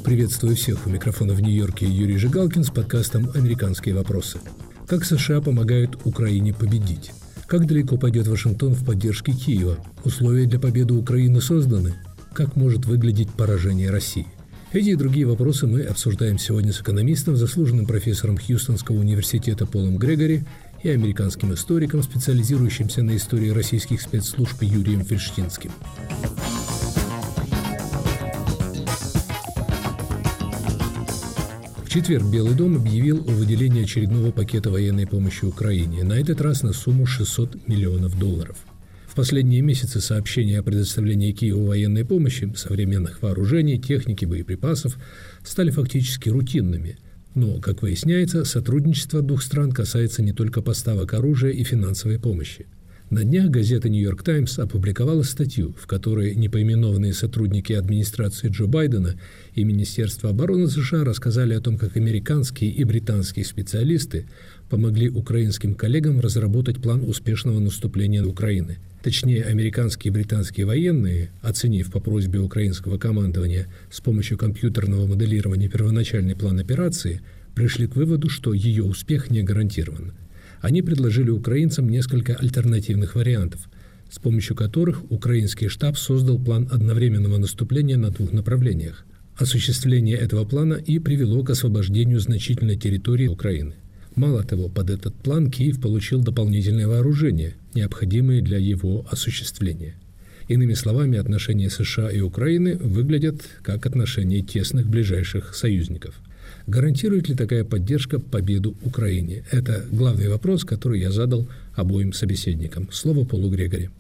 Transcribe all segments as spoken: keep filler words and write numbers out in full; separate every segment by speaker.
Speaker 1: Приветствую всех. У микрофона в Нью-Йорке Юрий Жигалкин с подкастом «Американские вопросы». Как США помогают Украине победить? Как далеко пойдет Вашингтон в поддержке Киева? Условия для победы Украины созданы? Как может выглядеть поражение России? Эти и другие вопросы мы обсуждаем сегодня с экономистом, заслуженным профессором Хьюстонского университета Полом Грегори и американским историком, специализирующимся на истории российских спецслужб Юрием Фельштинским. В четверг Белый дом объявил о выделении очередного пакета военной помощи Украине, на этот раз на сумму шестьсот миллионов долларов. В последние месяцы сообщения о предоставлении Киеву военной помощи, современных вооружений, техники, боеприпасов стали фактически рутинными. Но, как выясняется, сотрудничество двух стран касается не только поставок оружия и финансовой помощи. На днях газета «Нью-Йорк Таймс» опубликовала статью, в которой непоименованные сотрудники администрации Джо Байдена и Министерства обороны США рассказали о том, как американские и британские специалисты помогли украинским коллегам разработать план успешного наступления Украины. Точнее, американские и британские военные, оценив по просьбе украинского командования с помощью компьютерного моделирования первоначальный план операции, пришли к выводу, что ее успех не гарантирован. Они предложили украинцам несколько альтернативных вариантов, с помощью которых украинский штаб создал план одновременного наступления на двух направлениях. Осуществление этого плана и привело к освобождению значительной территории Украины. Мало того, под этот план Киев получил дополнительное вооружение, необходимое для его осуществления. Иными словами, отношения США и Украины выглядят как отношения тесных ближайших союзников. Гарантирует ли такая поддержка победу Украине? Это главный вопрос, который я задал обоим собеседникам. Слово Полу Грегори.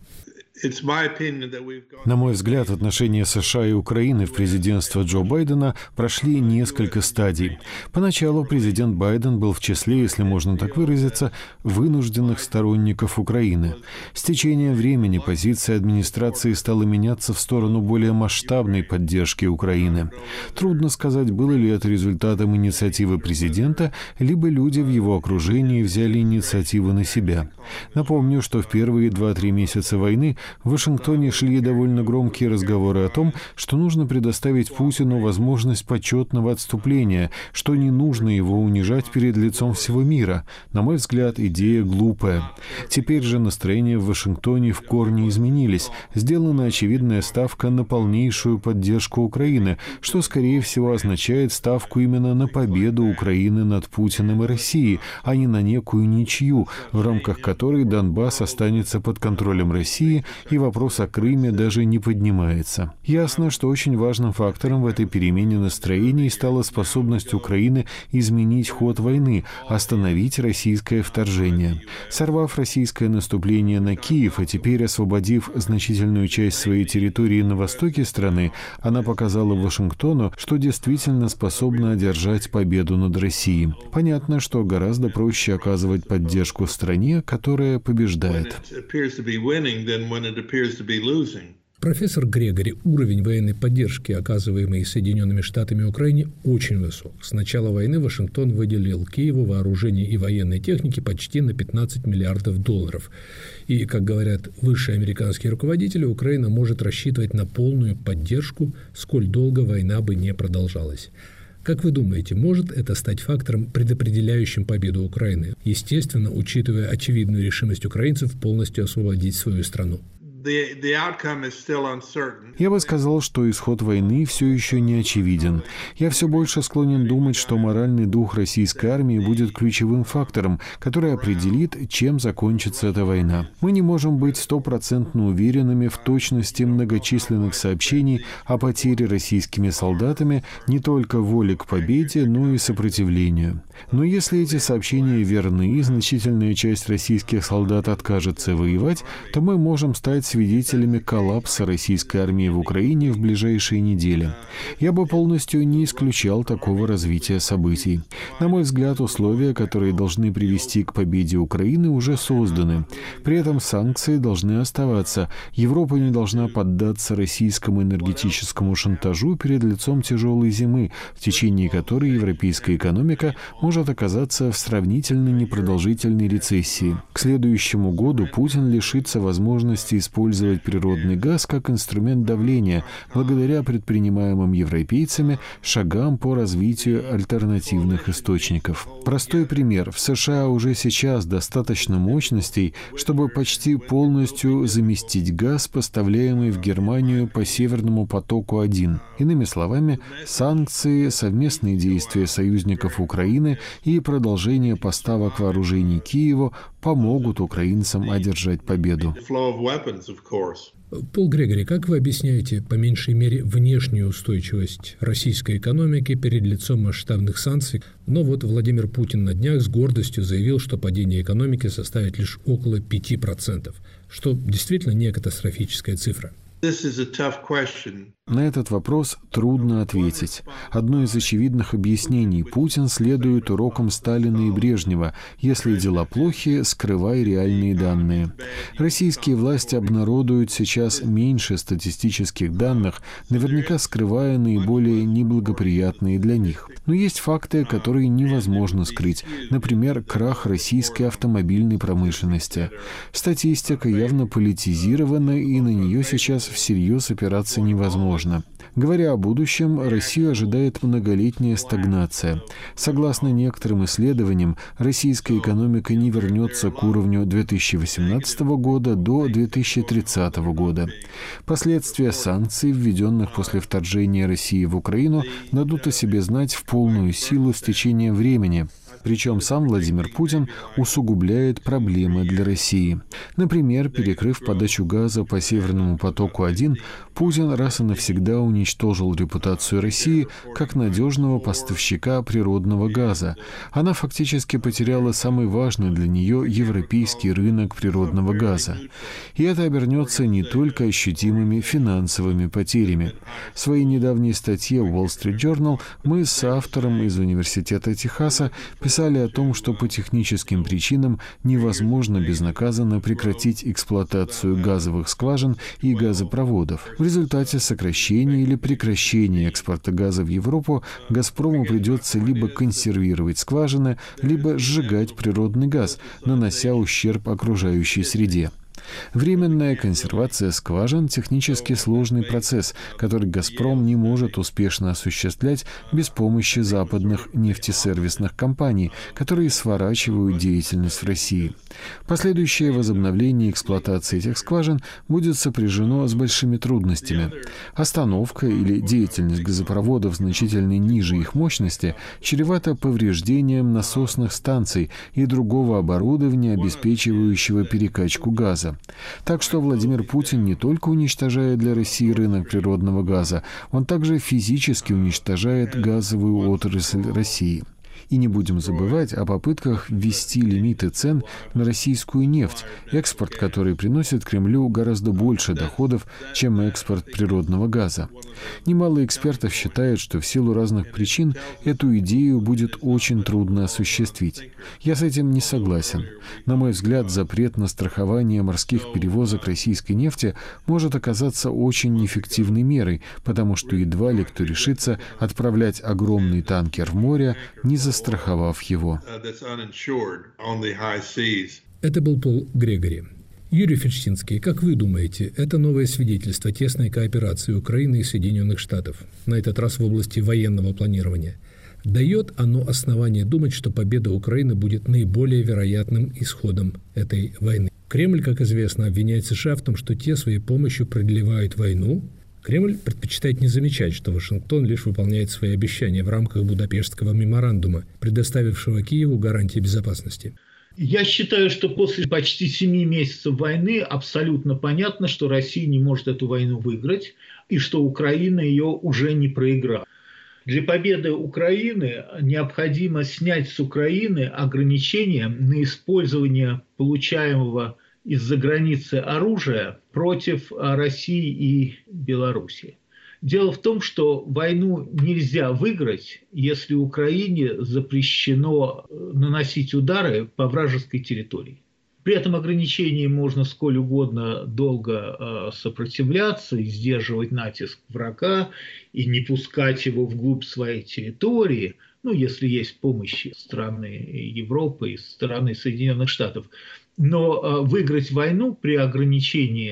Speaker 2: На мой взгляд, отношения США и Украины в президентство Джо Байдена прошли несколько стадий. Поначалу президент Байден был в числе, если можно так выразиться, вынужденных сторонников Украины. С течением времени позиция администрации стала меняться в сторону более масштабной поддержки Украины. Трудно сказать, было ли это результатом инициативы президента, либо люди в его окружении взяли инициативу на себя. Напомню, что в первые два-три месяца войны в Вашингтоне шли довольно громкие разговоры о том, что нужно предоставить Путину возможность почетного отступления, что не нужно его унижать перед лицом всего мира. На мой взгляд, идея глупая. Теперь же настроения в Вашингтоне в корне изменились. Сделана очевидная ставка на полнейшую поддержку Украины, что, скорее всего, означает ставку именно на победу Украины над Путиным и Россией, а не на некую ничью, в рамках которой Донбасс останется под контролем России и вопрос о Крыме даже не поднимается. Ясно, что очень важным фактором в этой перемене настроений стала способность Украины изменить ход войны, остановить российское вторжение. Сорвав российское наступление на Киев и теперь освободив значительную часть своей территории на востоке страны, она показала Вашингтону, что действительно способна одержать победу над Россией. Понятно, что гораздо проще оказывать поддержку стране, которая побеждает.
Speaker 1: Профессор Грегори, уровень военной поддержки, оказываемой Соединенными Штатами Украине, очень высок. С начала войны Вашингтон выделил Киеву вооружение и военной техники почти на пятнадцать миллиардов долларов. И, как говорят высшие американские руководители, Украина может рассчитывать на полную поддержку, сколь долго война бы не продолжалась. Как вы думаете, может это стать фактором, предопределяющим победу Украины, естественно, учитывая очевидную решимость украинцев полностью освободить свою страну?
Speaker 2: Я бы сказал, что исход войны все еще не очевиден. Я все больше склонен думать, что моральный дух российской армии будет ключевым фактором, который определит, чем закончится эта война. Мы не можем быть стопроцентно уверенными в точности многочисленных сообщений о потере российскими солдатами не только воли к победе, но и сопротивлению. Но если эти сообщения верны, и значительная часть российских солдат откажется воевать, то мы можем стать свидетелями коллапса российской армии в Украине в ближайшие недели. Я бы полностью не исключал такого развития событий. На мой взгляд, условия, которые должны привести к победе Украины, уже созданы. При этом санкции должны оставаться. Европа не должна поддаться российскому энергетическому шантажу перед лицом тяжелой зимы, в течение которой европейская экономика может оказаться в сравнительно непродолжительной рецессии. К следующему году Путин лишится возможности использовать использовать природный газ как инструмент давления благодаря предпринимаемым европейцами шагам по развитию альтернативных источников. Простой пример. В США уже сейчас достаточно мощностей, чтобы почти полностью заместить газ, поставляемый в Германию по Северному потоку-один. Иными словами, санкции, совместные действия союзников Украины и продолжение поставок вооружений Киеву помогут украинцам одержать победу.
Speaker 1: Пол Грегори, как вы объясняете, по меньшей мере, внешнюю устойчивость российской экономики перед лицом масштабных санкций? Но вот Владимир Путин на днях с гордостью заявил, что падение экономики составит лишь около пяти процентов, что действительно не катастрофическая цифра.
Speaker 2: На этот вопрос трудно ответить. Одно из очевидных объяснений: Путин следует урокам Сталина и Брежнева: если дела плохи, скрывай реальные данные. Российские власти обнародуют сейчас меньше статистических данных, наверняка скрывая наиболее неблагоприятные для них. Но есть факты, которые невозможно скрыть. Например, крах российской автомобильной промышленности. Статистика явно политизирована, и на нее сейчас всерьез опираться невозможно. Говоря о будущем, Россию ожидает многолетняя стагнация. Согласно некоторым исследованиям, российская экономика не вернется к уровню две тысячи восемнадцатого года до две тысячи тридцатого года. Последствия санкций, введенных после вторжения России в Украину, дадут о себе знать в полную силу с течением времени. Причем сам Владимир Путин усугубляет проблемы для России. Например, перекрыв подачу газа по Северному потоку-один, Путин раз и навсегда уничтожил репутацию России как надежного поставщика природного газа. Она фактически потеряла самый важный для нее европейский рынок природного газа. И это обернется не только ощутимыми финансовыми потерями. В своей недавней статье в Wall Street Journal мы с автором из Университета Техаса писали о том, что по техническим причинам невозможно безнаказанно прекратить эксплуатацию газовых скважин и газопроводов. В результате сокращения или прекращения экспорта газа в Европу «Газпрому» придется либо консервировать скважины, либо сжигать природный газ, нанося ущерб окружающей среде. Временная консервация скважин – технически сложный процесс, который «Газпром» не может успешно осуществлять без помощи западных нефтесервисных компаний, которые сворачивают деятельность в России. Последующее возобновление эксплуатации этих скважин будет сопряжено с большими трудностями. Остановка или деятельность газопроводов значительно ниже их мощности чревата повреждением насосных станций и другого оборудования, обеспечивающего перекачку газа. Так что Владимир Путин не только уничтожает для России рынок природного газа, он также физически уничтожает газовую отрасль России. И не будем забывать о попытках ввести лимиты цен на российскую нефть, экспорт которой приносит Кремлю гораздо больше доходов, чем экспорт природного газа. Немало экспертов считают, что в силу разных причин эту идею будет очень трудно осуществить. Я с этим не согласен. На мой взгляд, запрет на страхование морских перевозок российской нефти может оказаться очень эффективной мерой, потому что едва ли кто решится отправлять огромный танкер в море, не застраховав его.
Speaker 1: Это был Пол Грегори. Юрий Ферштинский, как вы думаете, это новое свидетельство тесной кооперации Украины и Соединенных Штатов, на этот раз в области военного планирования, дает оно основание думать, что победа Украины будет наиболее вероятным исходом этой войны? Кремль, как известно, обвиняет США в том, что те своей помощью продлевают войну. Кремль предпочитает не замечать, что Вашингтон лишь выполняет свои обещания в рамках Будапештского меморандума, предоставившего Киеву гарантии безопасности.
Speaker 3: Я считаю, что после почти семи месяцев войны абсолютно понятно, что Россия не может эту войну выиграть и что Украина ее уже не проиграла. Для победы Украины необходимо снять с Украины ограничения на использование получаемого из-за границы оружия против России и Белоруссии. Дело в том, что войну нельзя выиграть, если Украине запрещено наносить удары по вражеской территории. При этом ограничении можно сколь угодно долго сопротивляться и сдерживать натиск врага, и не пускать его вглубь своей территории, ну, если есть помощь со стороны Европы и со стороны Соединенных Штатов. Но выиграть войну при ограничении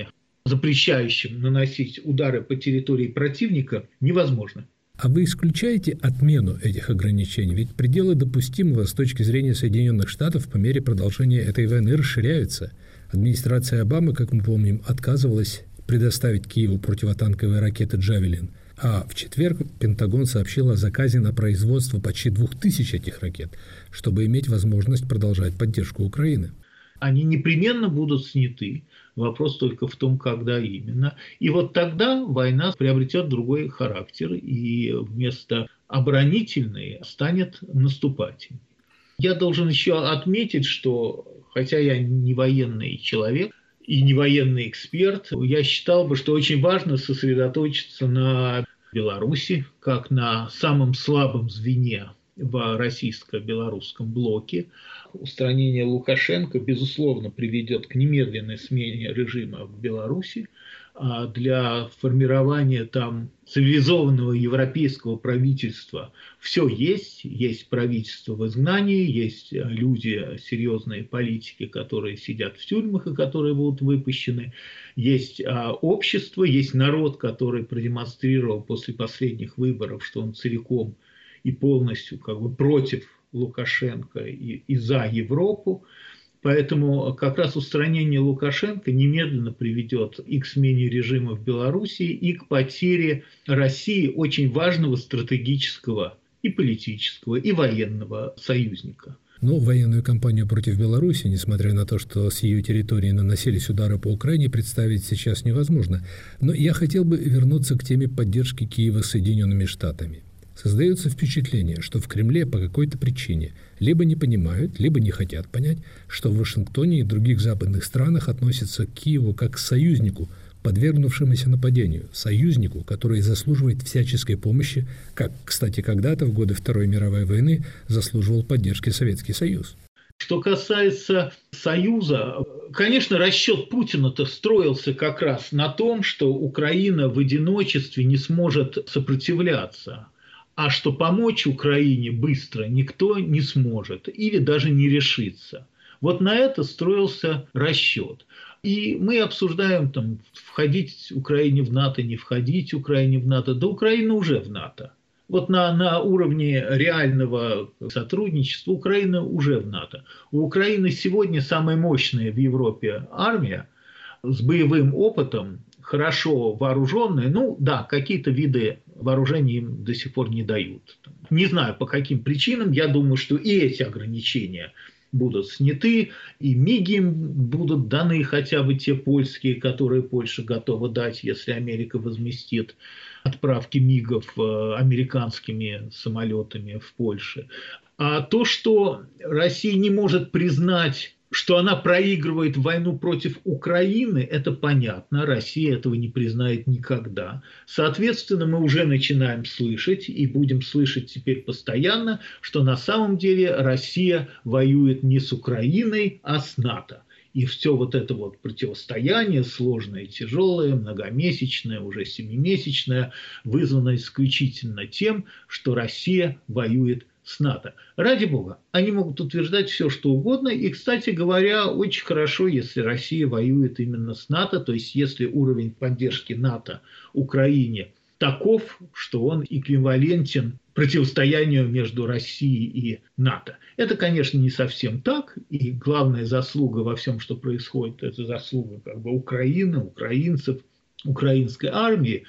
Speaker 3: запрещающим наносить удары по территории противника, невозможно.
Speaker 1: А вы исключаете отмену этих ограничений? Ведь пределы допустимого с точки зрения Соединенных Штатов по мере продолжения этой войны расширяются. Администрация Обамы, как мы помним, отказывалась предоставить Киеву противотанковые ракеты «Джавелин». А в четверг Пентагон сообщил о заказе на производство почти двух тысяч этих ракет, чтобы иметь возможность продолжать поддержку Украины.
Speaker 3: Они непременно будут сняты. Вопрос только в том, когда именно. И вот тогда война приобретет другой характер, и вместо оборонительной станет наступательной. Я должен еще отметить, что, хотя я не военный человек и не военный эксперт, я считал бы, что очень важно сосредоточиться на Беларуси, как на самом слабом звене в российско-белорусском блоке. Устранение Лукашенко, безусловно, приведет к немедленной смене режима в Беларуси. А для формирования там цивилизованного европейского правительства все есть. Есть правительство в изгнании, есть люди, серьезные политики, которые сидят в тюрьмах и которые будут выпущены. Есть общество, есть народ, который продемонстрировал после последних выборов, что он целиком и полностью как бы против Лукашенко и, и за Европу. Поэтому как раз устранение Лукашенко немедленно приведет и к смене режима в Беларуси, и к потере России очень важного стратегического и политического, и военного союзника.
Speaker 1: Но военную кампанию против Беларуси, несмотря на то, что с ее территории наносились удары по Украине, представить сейчас невозможно. Но я хотел бы вернуться к теме поддержки Киева Соединенными Штатами. Создается впечатление, что в Кремле по какой-то причине либо не понимают, либо не хотят понять, что в Вашингтоне и других западных странах относятся к Киеву как к союзнику, подвергнувшемуся нападению, союзнику, который заслуживает всяческой помощи, как, кстати, когда-то в годы Второй мировой войны заслуживал поддержки Советский Союз.
Speaker 3: Что касается Союза, конечно, расчет Путина-то строился как раз на том, что Украина в одиночестве не сможет сопротивляться, а что помочь Украине быстро никто не сможет или даже не решится. Вот на это строился расчет. И мы обсуждаем, там, входить Украине в НАТО, не входить Украине в НАТО. Да Украина уже в НАТО. Вот на, на уровне реального сотрудничества Украина уже в НАТО. У Украины сегодня самая мощная в Европе армия с боевым опытом, хорошо вооруженная. Ну да, какие-то виды вооружения им до сих пор не дают. Не знаю, по каким причинам. Я думаю, что и эти ограничения будут сняты, и МИГи им будут даны хотя бы те польские, которые Польша готова дать, если Америка возместит отправки МИГов американскими самолетами в Польше. А то, что Россия не может признать, что она проигрывает войну против Украины, это понятно. Россия этого не признает никогда. Соответственно, мы уже начинаем слышать, и будем слышать теперь постоянно, что на самом деле Россия воюет не с Украиной, а с НАТО. И все вот это вот противостояние, сложное, тяжелое, многомесячное, уже семимесячное, вызвано исключительно тем, что Россия воюет с НАТО. Ради бога, они могут утверждать все, что угодно. И, кстати говоря, очень хорошо, если Россия воюет именно с НАТО, то есть если уровень поддержки НАТО Украине таков, что он эквивалентен противостоянию между Россией и НАТО. Это, конечно, не совсем так, и главная заслуга во всем, что происходит, это заслуга как бы Украины, украинцев, украинской армии,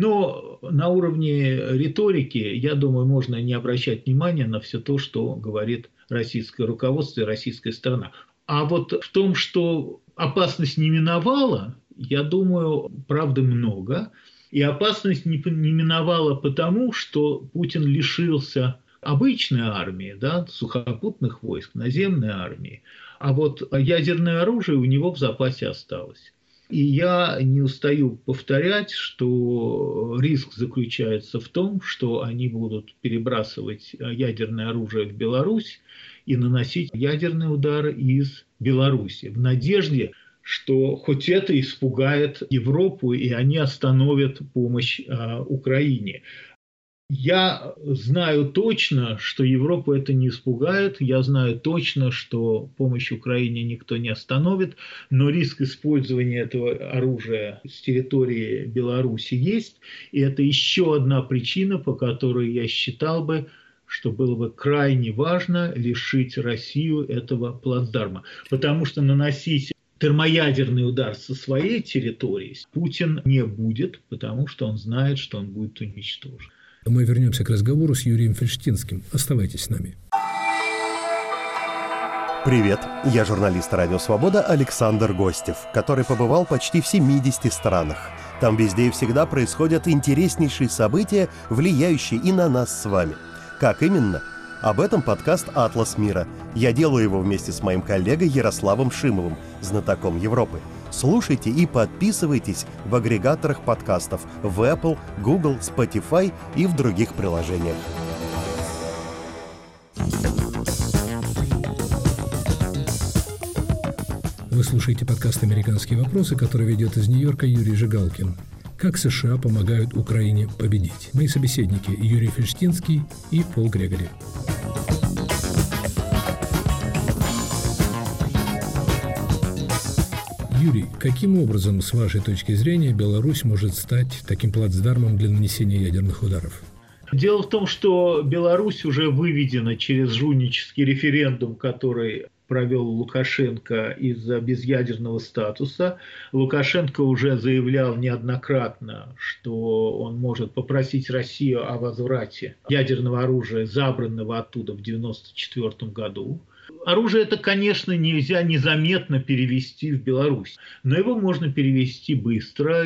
Speaker 3: но на уровне риторики, я думаю, можно не обращать внимания на все то, что говорит российское руководство и российская сторона. А вот в том, что опасность не миновала, я думаю, правды много. И опасность не миновала потому, что Путин лишился обычной армии, да, сухопутных войск, наземной армии, а вот ядерное оружие у него в запасе осталось. И я не устаю повторять, что риск заключается в том, что они будут перебрасывать ядерное оружие в Беларусь и наносить ядерные удары из Беларуси в надежде, что хоть это испугает Европу, и они остановят помощь Украине. Я знаю точно, что Европу это не испугает. Я знаю точно, что помощь Украине никто не остановит. Но риск использования этого оружия с территории Беларуси есть. И это еще одна причина, по которой я считал бы, что было бы крайне важно лишить Россию этого плацдарма. Потому что наносить термоядерный удар со своей территории Путин не будет, потому что он знает, что он будет уничтожен.
Speaker 1: Мы вернемся к разговору с Юрием Фельштинским. Оставайтесь с нами.
Speaker 4: Привет, я журналист «Радио Свобода» Александр Гостев, который побывал почти в семидесяти странах. Там везде и всегда происходят интереснейшие события, влияющие и на нас с вами. Как именно? Об этом подкаст «Атлас мира». Я делаю его вместе с моим коллегой Ярославом Шимовым, знатоком Европы. Слушайте и подписывайтесь в агрегаторах подкастов в Apple, Google, Spotify и в других приложениях.
Speaker 1: Вы слушаете подкаст «Американские вопросы», который ведет из Нью-Йорка Юрий Жигалкин. Как США помогают Украине победить? Мои собеседники Юрий Фельштинский и Пол Грегори. Юрий, каким образом, с вашей точки зрения, Беларусь может стать таким плацдармом для нанесения ядерных ударов?
Speaker 3: Дело в том, что Беларусь уже выведена через жульнический референдум, который провел Лукашенко из-за безъядерного статуса. Лукашенко уже заявлял неоднократно, что он может попросить Россию о возврате ядерного оружия, забранного оттуда в девяносто четвёртом году. Оружие это, конечно, нельзя незаметно перевести в Беларусь, но его можно перевести быстро,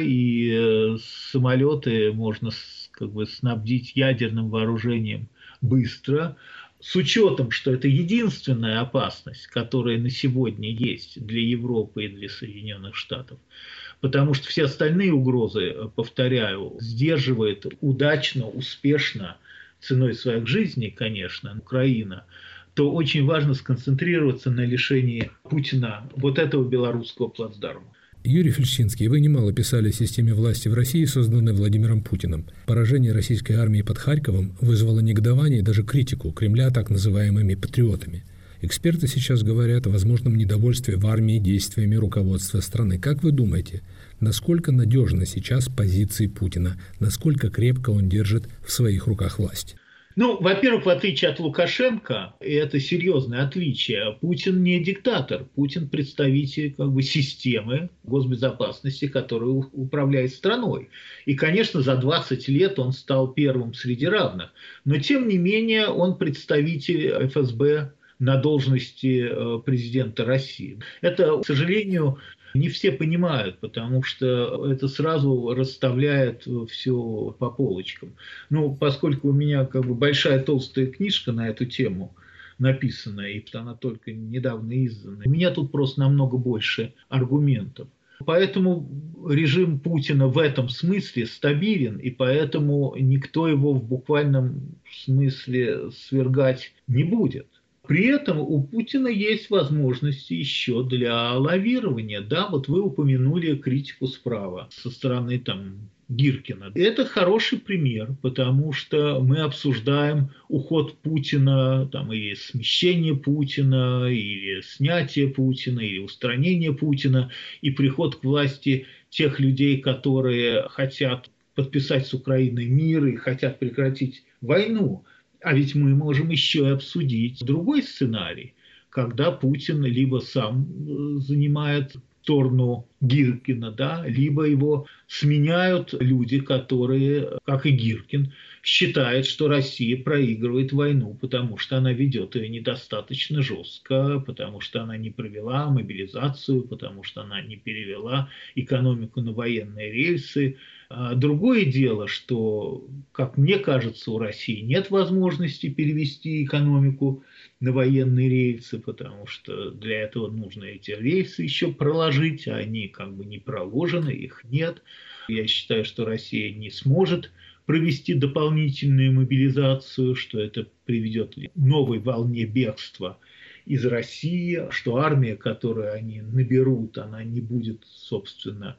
Speaker 3: и самолеты можно как бы снабдить ядерным вооружением быстро. С учетом, что это единственная опасность, которая на сегодня есть для Европы и для Соединенных Штатов, потому что все остальные угрозы, повторяю, сдерживает удачно, успешно, ценой своих жизней, конечно, Украина, то очень важно сконцентрироваться на лишении Путина вот этого белорусского плацдарма.
Speaker 1: Юрий Фельштинский, вы немало писали о системе власти в России, созданной Владимиром Путиным. Поражение российской армии под Харьковом вызвало негодование и даже критику Кремля так называемыми патриотами. Эксперты сейчас говорят о возможном недовольстве в армии действиями руководства страны. Как вы думаете, насколько надежны сейчас позиции Путина, насколько крепко он держит в своих руках власть?
Speaker 3: Ну, во-первых, в отличие от Лукашенко, и это серьезное отличие, Путин не диктатор, Путин представитель как бы системы госбезопасности, которая управляет страной. И, конечно, за двадцать лет он стал первым среди равных. Но, тем не менее, он представитель эф эс бэ на должности президента России. Это, к сожалению, не все понимают, потому что это сразу расставляет все по полочкам. Ну, поскольку у меня как бы большая толстая книжка на эту тему написана, и она только недавно издана, у меня тут просто намного больше аргументов. Поэтому режим Путина в этом смысле стабилен, и поэтому никто его в буквальном смысле свергать не будет. При этом у Путина есть возможности еще для лавирования. Да, вот вы упомянули критику справа со стороны там Гиркина. Это хороший пример, потому что мы обсуждаем уход Путина, там, или смещение Путина, или снятие Путина, или устранение Путина, и приход к власти тех людей, которые хотят подписать с Украиной мир и хотят прекратить войну. А ведь мы можем еще и обсудить другой сценарий, когда Путин либо сам занимает сторону Гиркина, да, либо его сменяют люди, которые, как и Гиркин, считают, что Россия проигрывает войну, потому что она ведет ее недостаточно жестко, потому что она не провела мобилизацию, потому что она не перевела экономику на военные рельсы. Другое дело, что, как мне кажется, у России нет возможности перевести экономику на военные рельсы, потому что для этого нужно эти рельсы еще проложить, а они как бы не проложены, их нет. Я считаю, что Россия не сможет провести дополнительную мобилизацию, что это приведет к новой волне бегства из России, что армия, которую они наберут, она не будет, собственно,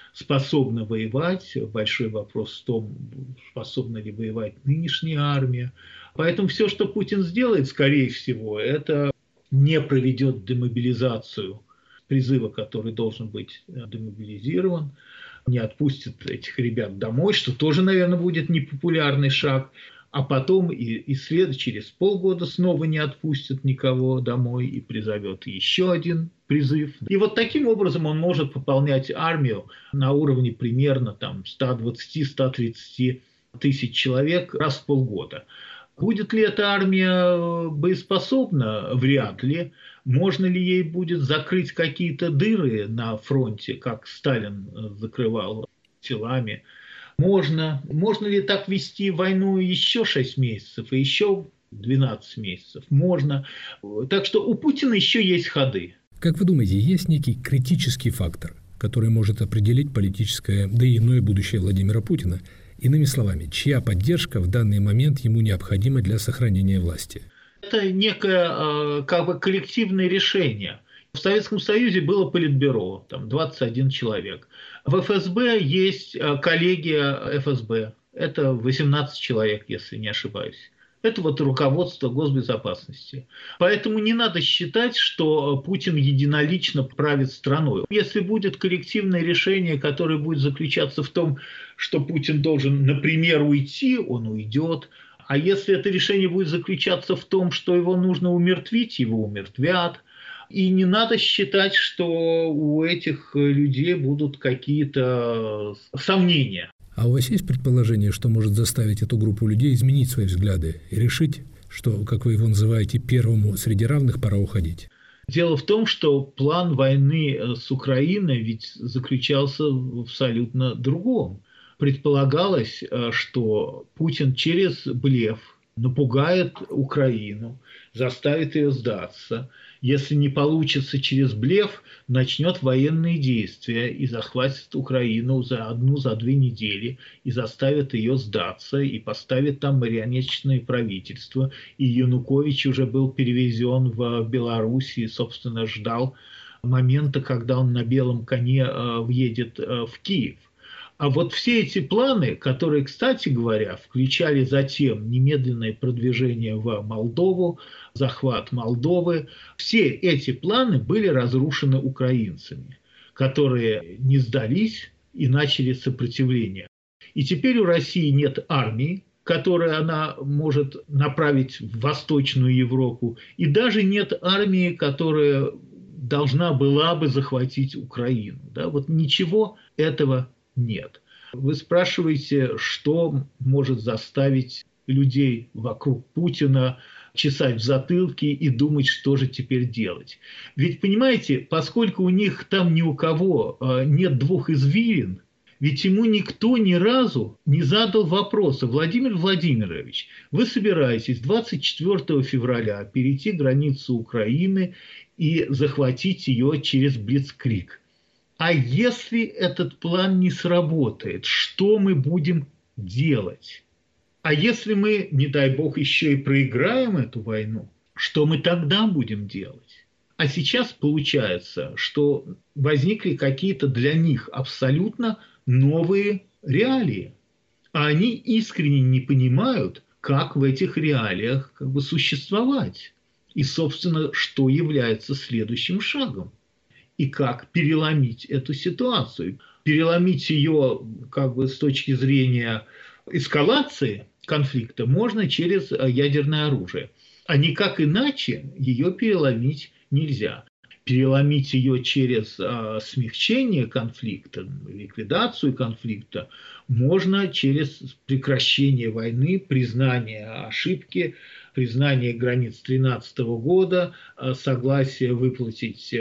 Speaker 3: способна воевать. Большой вопрос в том, способна ли воевать нынешняя армия. Поэтому все, что Путин сделает, скорее всего, это не проведет демобилизацию призыва, который должен быть демобилизирован, не отпустит этих ребят домой, что тоже, наверное, будет непопулярный шаг, а потом и, и след, через полгода снова не отпустит никого домой и призовет еще один призыв. И вот таким образом он может пополнять армию на уровне примерно там, сто двадцать - сто тридцать тысяч человек раз в полгода. Будет ли эта армия боеспособна? Вряд ли. Можно ли ей будет закрыть какие-то дыры на фронте, как Сталин закрывал телами? Можно. Можно ли так вести войну еще шесть месяцев и еще двенадцать месяцев? Можно. Так что у Путина еще есть ходы.
Speaker 1: Как вы думаете, есть некий критический фактор, который может определить политическое, да и иное будущее Владимира Путина? Иными словами, чья поддержка в данный момент ему необходима для сохранения власти?
Speaker 3: Это некое как бы коллективное решение. В Советском Союзе было политбюро, там двадцать один человек. В эф эс бэ есть коллегия эф эс бэ, это восемнадцать человек, если не ошибаюсь. Это вот руководство госбезопасности. Поэтому не надо считать, что Путин единолично правит страной. Если будет коллективное решение, которое будет заключаться в том, что Путин должен, например, уйти, он уйдет. А если это решение будет заключаться в том, что его нужно умертвить, его умертвят. И не надо считать, что у этих людей будут какие-то сомнения.
Speaker 1: А у вас есть предположение, что может заставить эту группу людей изменить свои взгляды и решить, что, как вы его называете, первому среди равных пора уходить?
Speaker 3: Дело в том, что план войны с Украиной ведь заключался в абсолютно другом. Предполагалось, что Путин через блеф напугает Украину, заставит ее сдаться. Если не получится через блеф, начнет военные действия и захватит Украину за одну, за две недели и заставит ее сдаться и поставит там марионеточное правительство. И Янукович уже был перевезен в Беларусь и, собственно, ждал момента, когда он на белом коне въедет в Киев. А вот все эти планы, которые, кстати говоря, включали затем немедленное продвижение в Молдову, захват Молдовы, все эти планы были разрушены украинцами, которые не сдались и начали сопротивление. И теперь у России нет армии, которую она может направить в Восточную Европу, и даже нет армии, которая должна была бы захватить Украину. Да? Вот ничего этого нет. Вы спрашиваете, что может заставить людей вокруг Путина чесать в затылке и думать, что же теперь делать. Ведь, понимаете, поскольку у них там ни у кого нет двух извилин, ведь ему никто ни разу не задал вопроса: Владимир Владимирович, вы собираетесь двадцать четвёртого февраля перейти границу Украины и захватить ее через Блицкриг. А если этот план не сработает, что мы будем делать? А если мы, не дай бог, еще и проиграем эту войну, что мы тогда будем делать? А сейчас получается, что возникли какие-то для них абсолютно новые реалии. А они искренне не понимают, как в этих реалиях как бы существовать. И, собственно, что является следующим шагом. И как переломить эту ситуацию. Переломить ее как бы с точки зрения эскалации конфликта можно через ядерное оружие. А никак иначе ее переломить нельзя. Переломить ее через а, смягчение конфликта, ликвидацию конфликта можно через прекращение войны, признание ошибки, признание границ две тысячи тринадцатого года, согласие выплатить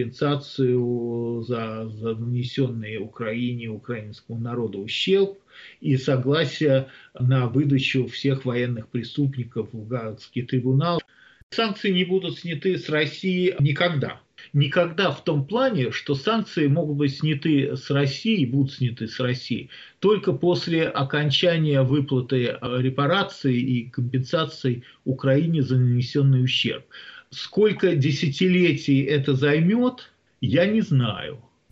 Speaker 3: компенсацию за, за нанесенный Украине и украинскому народу ущерб и согласие на выдачу всех военных преступников в Гаагский трибунал. Санкции не будут сняты с России никогда. Никогда в том плане, что санкции могут быть сняты с России, будут сняты с России только после окончания выплаты репараций и компенсаций Украине за нанесенный ущерб. Сколько десятилетий это займет, я не знаю.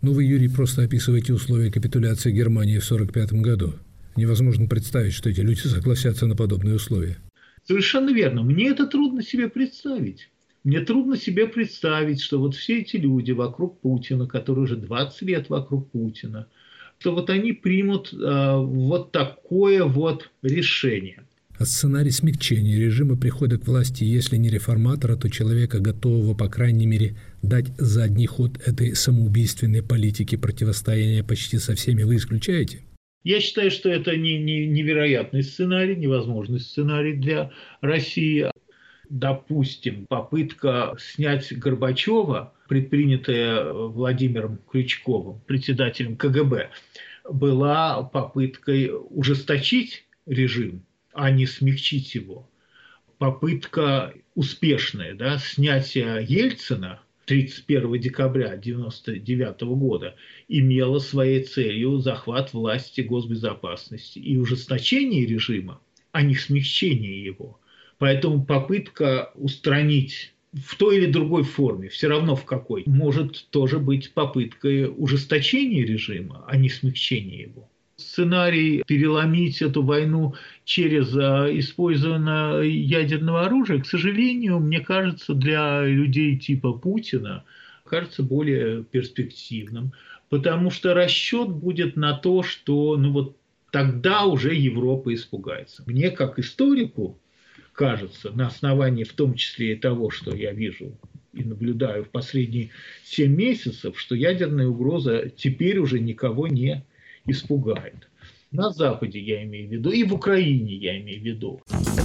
Speaker 1: Ну, вы, Юрий, просто описываете условия капитуляции Германии в сорок пятом году. Невозможно представить, что эти люди согласятся на подобные условия.
Speaker 3: Совершенно верно. Мне это трудно себе представить. Мне трудно себе представить, что вот все эти люди вокруг Путина, которые уже двадцать лет вокруг Путина, что вот они примут э, вот такое вот решение.
Speaker 1: А сценарий смягчения режима прихода к власти, если не реформатора, то человека, готового, по крайней мере, дать задний ход этой самоубийственной политике противостояния почти со всеми, вы исключаете?
Speaker 3: Я считаю, что это не, не, невероятный сценарий, невозможный сценарий для России. Допустим, попытка снять Горбачева, предпринятая Владимиром Крючковым, председателем ка гэ бэ, была попыткой ужесточить режим, а не смягчить его. Попытка успешная, да, снятия Ельцина тридцать первого декабря девяносто девятого года имела своей целью захват власти госбезопасности и ужесточение режима, а не смягчение его. Поэтому попытка устранить в той или другой форме, все равно в какой, может тоже быть попыткой ужесточения режима, а не смягчения его. Сценарий переломить эту войну через использование ядерного оружия, к сожалению, мне кажется, для людей типа Путина кажется более перспективным, потому что расчет будет на то, что ну вот тогда уже Европа испугается. Мне, как историку, кажется, на основании в том числе и того, что я вижу и наблюдаю в последние семь месяцев, что ядерная угроза теперь уже никого не испугает. На Западе я имею в виду, и в Украине я имею в виду.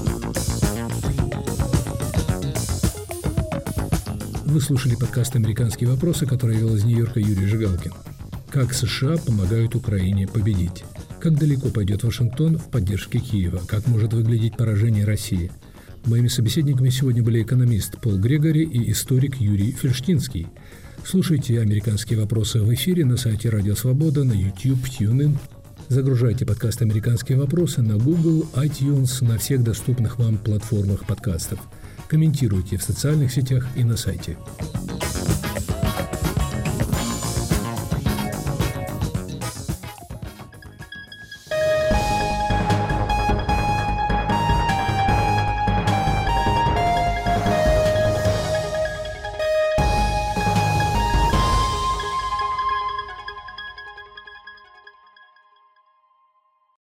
Speaker 1: Вы слушали подкаст «Американские вопросы», который вел из Нью-Йорка Юрий Жигалкин. Как США помогают Украине победить? Как далеко пойдет Вашингтон в поддержке Киева? Как может выглядеть поражение России? Моими собеседниками сегодня были экономист Пол Грегори и историк Юрий Фельштинский. Слушайте «Американские вопросы» в эфире на сайте Радио Свобода, на YouTube, в TuneIn. Загружайте подкаст «Американские вопросы» на Google, iTunes, на всех доступных вам платформах подкастов. Комментируйте в социальных сетях и на сайте.